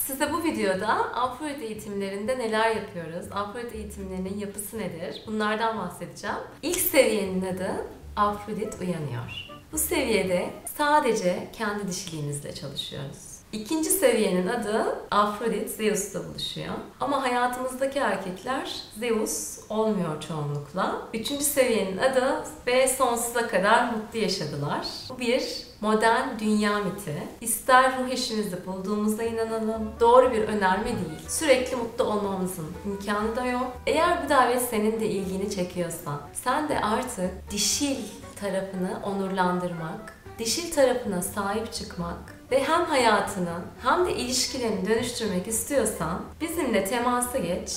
Size bu videoda Afrodit eğitimlerinde neler yapıyoruz, Afrodit eğitimlerinin yapısı nedir, bunlardan bahsedeceğim. İlk seviyenin adı Afrodit Uyanıyor. Bu seviyede sadece kendi dişiliğimizle çalışıyoruz. İkinci seviyenin adı Afrodit Zeus'la buluşuyor. Ama hayatımızdaki erkekler Zeus olmuyor çoğunlukla. Üçüncü seviyenin adı ve sonsuza kadar mutlu yaşadılar. Bu bir modern dünya miti. İster ruh eşimizi bulduğumuzda inanalım, doğru bir önerme değil. Sürekli mutlu olmamızın imkanı da yok. Eğer bu davet senin de ilgini çekiyorsa, sen de artık dişil tarafını onurlandırmak, dişil tarafına sahip çıkmak ve hem hayatını hem de ilişkilerini dönüştürmek istiyorsan bizimle temasa geç.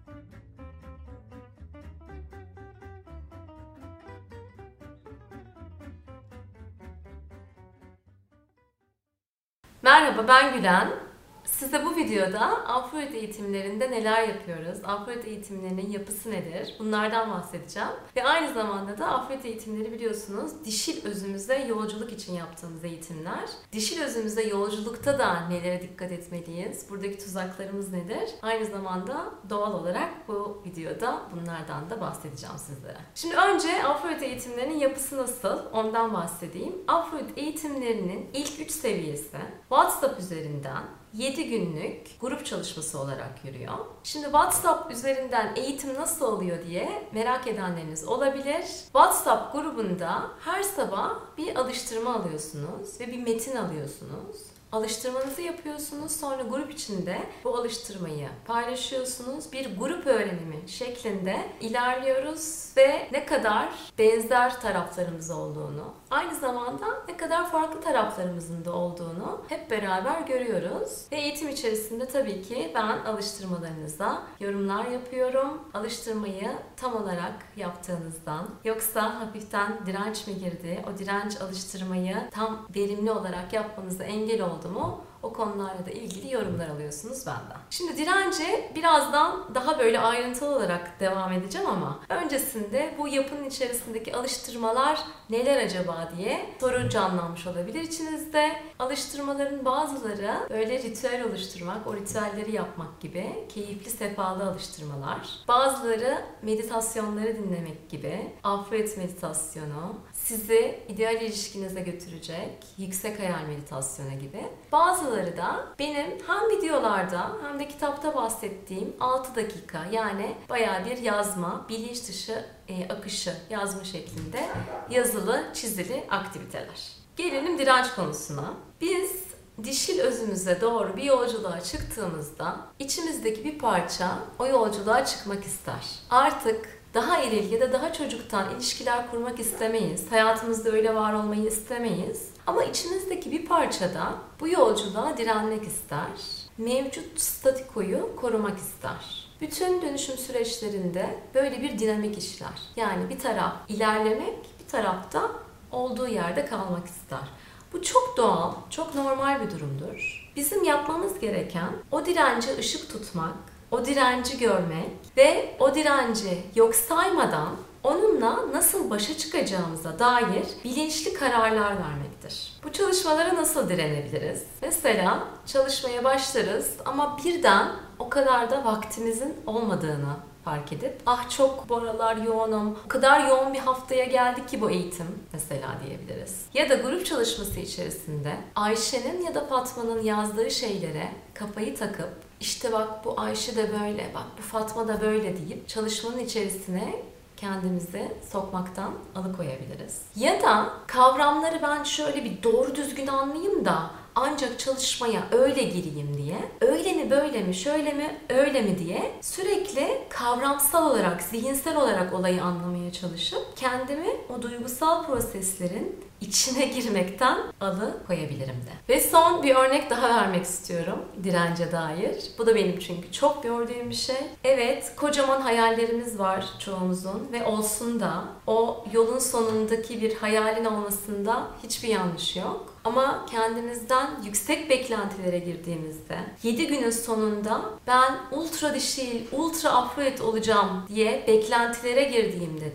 Merhaba, ben Gülen. Size bu videoda Afrodit eğitimlerinde neler yapıyoruz, Afrodit eğitimlerinin yapısı nedir, bunlardan bahsedeceğim. Ve aynı zamanda da Afrodit eğitimleri biliyorsunuz dişil özümüze yolculuk için yaptığımız eğitimler. Dişil özümüze yolculukta da nelere dikkat etmeliyiz, buradaki tuzaklarımız nedir? Aynı zamanda doğal olarak bu videoda bunlardan da bahsedeceğim sizlere. Şimdi önce Afrodit eğitimlerinin yapısı nasıl, ondan bahsedeyim. Afrodit eğitimlerinin ilk 3 seviyesi WhatsApp üzerinden 7 günlük grup çalışması olarak yürüyor. Şimdi WhatsApp üzerinden eğitim nasıl oluyor diye merak edenleriniz olabilir. WhatsApp grubunda her sabah bir alıştırma alıyorsunuz ve bir metin alıyorsunuz. Alıştırmanızı yapıyorsunuz, sonra grup içinde bu alıştırmayı paylaşıyorsunuz. Bir grup öğrenimi şeklinde ilerliyoruz ve ne kadar benzer taraflarımız olduğunu, aynı zamanda ne kadar farklı taraflarımızın da olduğunu hep beraber görüyoruz. Ve eğitim içerisinde tabii ki ben alıştırmalarınıza yorumlar yapıyorum. Alıştırmayı tam olarak yaptığınızdan, yoksa hafiften direnç mi girdi, o direnç alıştırmayı tam verimli olarak yapmanıza engel oldu mu? O konularla da ilgili yorumlar alıyorsunuz benden. Şimdi dirence birazdan daha böyle ayrıntılı olarak devam edeceğim ama öncesinde bu yapının içerisindeki alıştırmalar neler acaba diye soru canlanmış olabilir içinizde. Alıştırmaların bazıları böyle ritüel oluşturmak, o ritüelleri yapmak gibi keyifli, sefalı alıştırmalar. Bazıları meditasyonları dinlemek gibi, Afrodit meditasyonu, sizi ideal ilişkinize götürecek yüksek hayal meditasyonu gibi. Bazıları da benim hem videolarda hem de kitapta bahsettiğim 6 dakika, yani bayağı bir yazma, bilinç dışı akışı yazma şeklinde yazılı, çizili aktiviteler. Gelelim direnç konusuna. Biz dişil özümüze doğru bir yolculuğa çıktığımızda içimizdeki bir parça o yolculuğa çıkmak ister. Artık daha eril ya da daha çocuktan ilişkiler kurmak istemeyiz. Hayatımızda öyle var olmayı istemeyiz. Ama içimizdeki bir parça da bu yolculuğa direnmek ister. Mevcut statikoyu korumak ister. Bütün dönüşüm süreçlerinde böyle bir dinamik işler. Yani bir taraf ilerlemek, bir tarafta olduğu yerde kalmak ister. Bu çok doğal, çok normal bir durumdur. Bizim yapmamız gereken o dirence ışık tutmak, o direnci görmek ve o direnci yok saymadan onunla nasıl başa çıkacağımıza dair bilinçli kararlar vermektir. Bu çalışmalara nasıl direnebiliriz? Mesela çalışmaya başlarız ama birden o kadar da vaktimizin olmadığını fark edip çok bu aralar yoğunum, o kadar yoğun bir haftaya geldik ki bu eğitim mesela diyebiliriz. Ya da grup çalışması içerisinde Ayşe'nin ya da Fatma'nın yazdığı şeylere kafayı takıp işte bak bu Ayşe de böyle, bak bu Fatma da böyle deyip çalışmanın içerisine kendimizi sokmaktan alıkoyabiliriz. Ya da kavramları ben şöyle bir doğru düzgün anlayayım da ancak çalışmaya öyle gireyim diye, öyle mi böyle mi şöyle mi öyle mi diye sürekli kavramsal olarak, zihinsel olarak olayı anlamaya çalışıp kendimi o duygusal proseslerin içine girmekten alıkoyabilirim de. Ve son bir örnek daha vermek istiyorum dirence dair. Bu da benim çünkü çok gördüğüm bir şey. Evet, kocaman hayallerimiz var çoğumuzun ve olsun da o yolun sonundaki bir hayalin olmasında hiçbir yanlış yok. Ama kendimizden yüksek beklentilere girdiğimizde 7 günün sonunda ben ultra dişil, ultra afrodit olacağım diye beklentilere girdiğimde de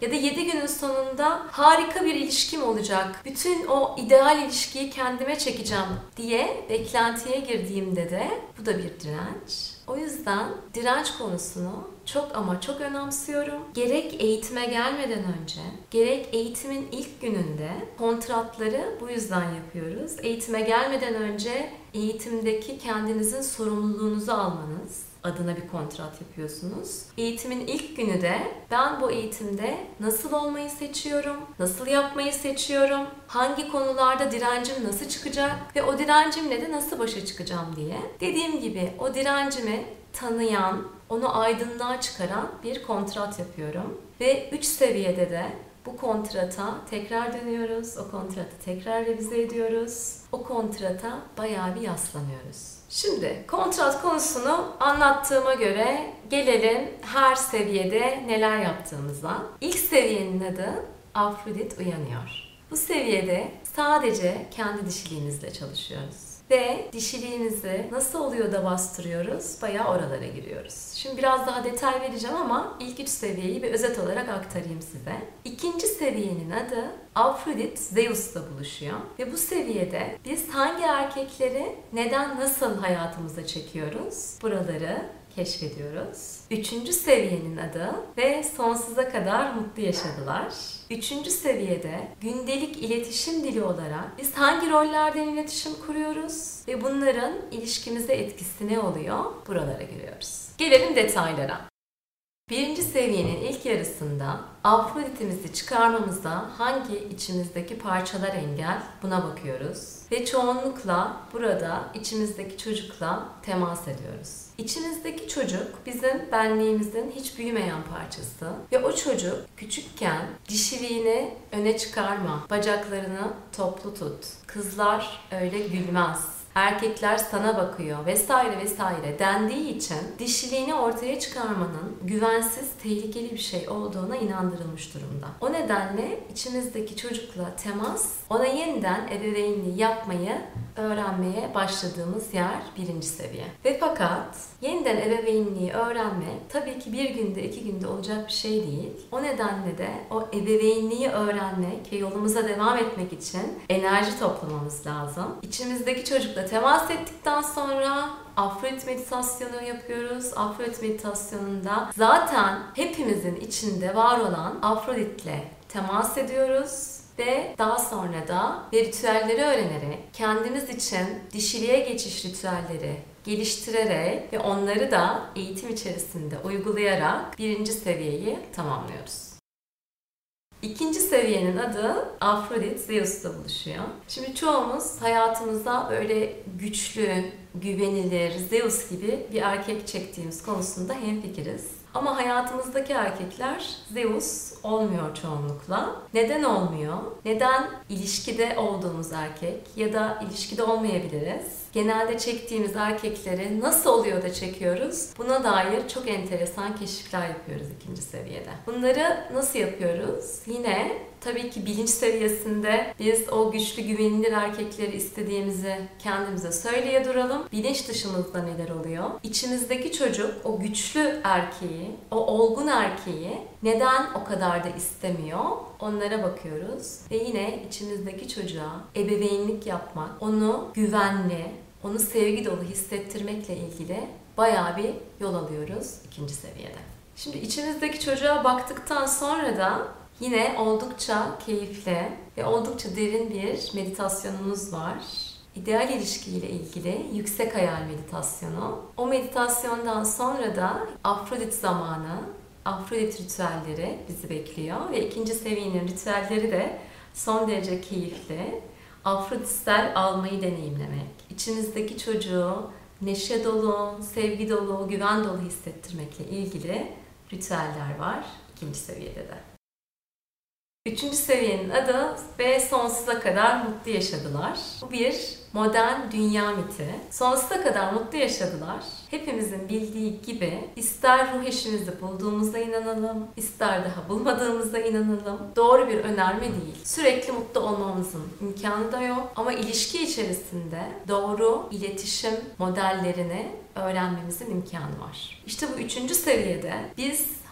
ya da 7 günün sonunda harika bir ilişkim olacak, bütün o ideal ilişkiyi kendime çekeceğim diye beklentiye girdiğimde de bu da bir direnç. O yüzden direnç konusunu çok ama çok önemsiyorum. Gerek eğitime gelmeden önce, gerek eğitimin ilk gününde kontratları bu yüzden yapıyoruz. Eğitime gelmeden önce eğitimdeki kendinizin sorumluluğunuzu almanız adına bir kontrat yapıyorsunuz. Eğitimin ilk günü de ben bu eğitimde nasıl olmayı seçiyorum, nasıl yapmayı seçiyorum, hangi konularda direncim nasıl çıkacak ve o direncimle de nasıl başa çıkacağım diye. Dediğim gibi o direncimi tanıyan, onu aydınlığa çıkaran bir kontrat yapıyorum. Ve 3 seviyede de bu kontrata tekrar dönüyoruz, o kontratı tekrar revize ediyoruz, o kontrata bayağı bir yaslanıyoruz. Şimdi kontrat konusunu anlattığıma göre gelelim her seviyede neler yaptığımıza. İlk seviyenin adı Afrodit Uyanıyor. Bu seviyede sadece kendi dişiliğimizle çalışıyoruz. Ve dişiliğimizi nasıl oluyor da bastırıyoruz? Bayağı oralara giriyoruz. Şimdi biraz daha detay vereceğim ama ilk 3 seviyeyi bir özet olarak aktarayım size. İkinci seviyenin adı Afrodit Zeus'la buluşuyor. Ve bu seviyede biz hangi erkekleri neden nasıl hayatımıza çekiyoruz? Buraları keşfediyoruz. Üçüncü seviyenin adı ve sonsuza kadar mutlu yaşadılar. Üçüncü seviyede gündelik iletişim dili olarak biz hangi rollerden iletişim kuruyoruz ve bunların ilişkimize etkisi ne oluyor? Buralara giriyoruz. Gelelim detaylara. Birinci seviyenin ilk yarısında Afrodit'imizi çıkarmamızda hangi içimizdeki parçalar engel buna bakıyoruz. Ve çoğunlukla burada içimizdeki çocukla temas ediyoruz. İçimizdeki çocuk bizim benliğimizin hiç büyümeyen parçası. Ve o çocuk küçükken dişiliğini öne çıkarma, bacaklarını toplu tut, kızlar öyle gülmez, erkekler sana bakıyor vesaire vesaire dendiği için dişiliğini ortaya çıkarmanın güvensiz, tehlikeli bir şey olduğuna inandırılmış durumda. O nedenle içimizdeki çocukla temas, ona yeniden ebeveynliği yapmayı öğrenmeye başladığımız yer birinci seviye. Ve fakat yeniden ebeveynliği öğrenme tabii ki bir günde, 2 günde olacak bir şey değil. O nedenle de o ebeveynliği öğrenmek ve yolumuza devam etmek için enerji toplamamız lazım. İçimizdeki çocukla temas ettikten sonra Afrodit meditasyonu yapıyoruz. Afrodit meditasyonunda zaten hepimizin içinde var olan Afrodit'le temas ediyoruz. Ve daha sonra da ritüelleri öğrenerek kendimiz için dişiliğe geçiş ritüelleri geliştirerek ve onları da eğitim içerisinde uygulayarak birinci seviyeyi tamamlıyoruz. İkinci seviyenin adı Afrodit Zeus'la buluşuyor. Şimdi çoğumuz hayatımızda böyle güçlü, güvenilir, Zeus gibi bir erkek çektiğimiz konusunda hemfikiriz. Ama hayatımızdaki erkekler Zeus olmuyor çoğunlukla. Neden olmuyor? Neden ilişkide olduğumuz erkek ya da ilişkide olmayabiliriz? Genelde çektiğimiz erkekleri nasıl oluyor da çekiyoruz? Buna dair çok enteresan keşifler yapıyoruz ikinci seviyede. Bunları nasıl yapıyoruz? Yine tabii ki bilinç seviyesinde biz o güçlü, güvenilir erkekleri istediğimizi kendimize söyleye duralım. Bilinç dışımızda neler oluyor? İçimizdeki çocuk o güçlü erkeği, o olgun erkeği neden o kadar da istemiyor? Onlara bakıyoruz. Ve yine içimizdeki çocuğa ebeveynlik yapmak, onu güvenli, onu sevgi dolu hissettirmekle ilgili bayağı bir yol alıyoruz ikinci seviyede. Şimdi içimizdeki çocuğa baktıktan sonra da yine oldukça keyifli ve oldukça derin bir meditasyonumuz var. İdeal ilişkiyle ilgili yüksek hayal meditasyonu. O meditasyondan sonra da Afrodit zamanı, Afrodit ritüelleri bizi bekliyor ve ikinci seviyenin ritüelleri de son derece keyifli. Afroditsel almayı deneyimlemek, içimizdeki çocuğu neşe dolu, sevgi dolu, güven dolu hissettirmekle ilgili ritüeller var ikinci seviyede de. Üçüncü seviyenin adı ve sonsuza kadar mutlu yaşadılar. Bu bir modern dünya miti. Sonsuza kadar mutlu yaşadılar. Hepimizin bildiği gibi ister ruh eşimizi bulduğumuzda inanalım, ister daha bulmadığımızda inanalım. Doğru bir önerme değil. Sürekli mutlu olmamızın imkanı da yok. Ama ilişki içerisinde doğru iletişim modellerini öğrenmemizin imkanı var. İşte bu üçüncü seviyede biz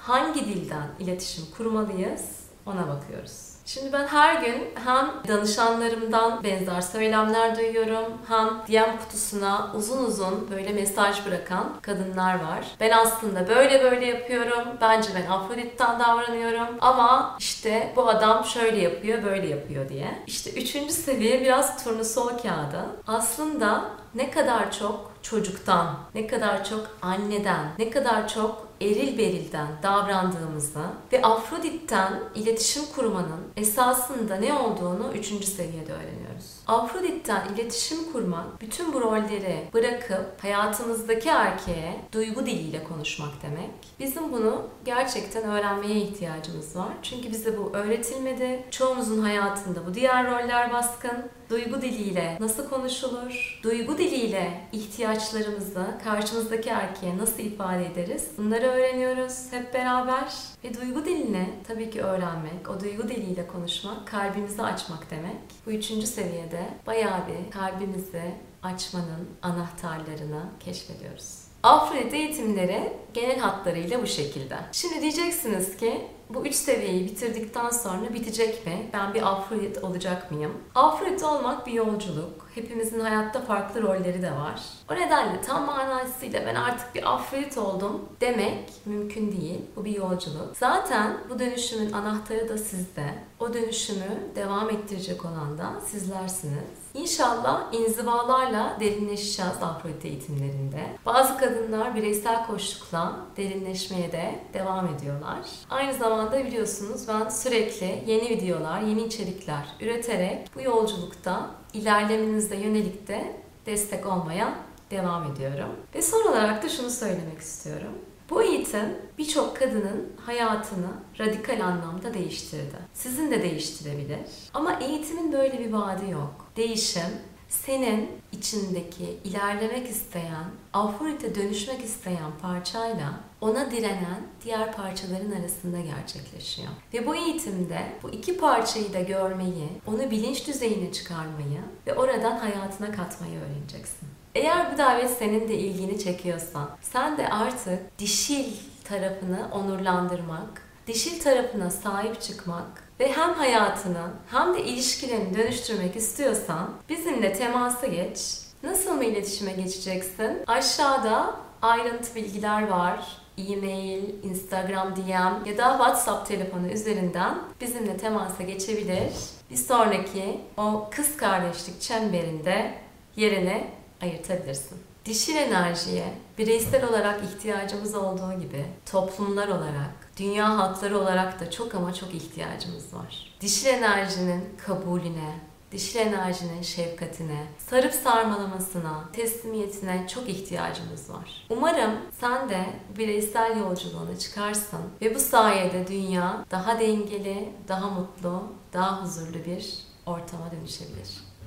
hangi dilden iletişim kurmalıyız ona bakıyoruz. Şimdi ben her gün hem danışanlarımdan benzer söylemler duyuyorum, hem DM kutusuna uzun uzun böyle mesaj bırakan kadınlar var. Ben aslında böyle yapıyorum, bence ben Afrodit'ten davranıyorum ama işte bu adam şöyle yapıyor, böyle yapıyor diye. İşte 3. seviye biraz turnusol kağıdı. Aslında ne kadar çok çocuktan, ne kadar çok anneden, ne kadar çok eril berilden davrandığımızı ve Afrodit'ten iletişim kurmanın esasında ne olduğunu 3. seviyede öğreniyoruz. Afrodit'ten iletişim kurmak, bütün bu rolleri bırakıp hayatımızdaki erkeğe duygu diliyle konuşmak demek. Bizim bunu gerçekten öğrenmeye ihtiyacımız var. Çünkü bize bu öğretilmedi. Çoğumuzun hayatında bu diğer roller baskın. Duygu diliyle nasıl konuşulur? Duygu diliyle ihtiyaçlarımızı karşımızdaki erkeğe nasıl ifade ederiz? Bunları öğreniyoruz hep beraber. Ve duygu dilini tabii ki öğrenmek, o duygu diliyle konuşmak, kalbimizi açmak demek. Bu 3. seviyede bayağı bir kalbimizi açmanın anahtarlarını keşfediyoruz. Afrodit eğitimleri genel hatlarıyla bu şekilde. Şimdi diyeceksiniz ki bu 3 seviyeyi bitirdikten sonra bitecek mi? Ben bir Afrodit olacak mıyım? Afrodit olmak bir yolculuk. Hepimizin hayatta farklı rolleri de var. O nedenle tam manasıyla ben artık bir Afrodit oldum demek mümkün değil. Bu bir yolculuk. Zaten bu dönüşümün anahtarı da sizde. O dönüşümü devam ettirecek olan da sizlersiniz. İnşallah inzivalarla derinleşeceğiz Afrodit eğitimlerinde. Bazı kadınlar bireysel koçlukla derinleşmeye de devam ediyorlar. Aynı zamanda biliyorsunuz ben sürekli yeni videolar, yeni içerikler üreterek bu yolculukta ilerlemenize yönelik de destek olmaya devam ediyorum. Ve son olarak da şunu söylemek istiyorum. Bu eğitim birçok kadının hayatını radikal anlamda değiştirdi. Sizin de değiştirebilir. Ama eğitimin böyle bir vaadi yok. Değişim, senin içindeki ilerlemek isteyen, Afrodit'e dönüşmek isteyen parçayla ona direnen diğer parçaların arasında gerçekleşiyor. Ve bu eğitimde bu iki parçayı da görmeyi, onu bilinç düzeyine çıkarmayı ve oradan hayatına katmayı öğreneceksin. Eğer bu davet senin de ilgini çekiyorsa, sen de artık dişil tarafını onurlandırmak, dişil tarafına sahip çıkmak ve hem hayatını hem de ilişkilerini dönüştürmek istiyorsan bizimle temasa geç. Nasıl mı iletişime geçeceksin? Aşağıda ayrıntı bilgiler var. E-mail, Instagram DM ya da WhatsApp telefonu üzerinden bizimle temasa geçebilir. Bir sonraki o kız kardeşlik çemberinde yerini ayırtabilirsin. Dişil enerjiye bireysel olarak ihtiyacımız olduğu gibi toplumlar olarak, dünya halkları olarak da çok ama çok ihtiyacımız var. Dişil enerjinin kabulüne, dişil enerjinin şefkatine, sarıp sarmalamasına, teslimiyetine çok ihtiyacımız var. Umarım sen de bireysel yolculuğuna çıkarsın ve bu sayede dünya daha dengeli, daha mutlu, daha huzurlu bir ortama dönüşebilir.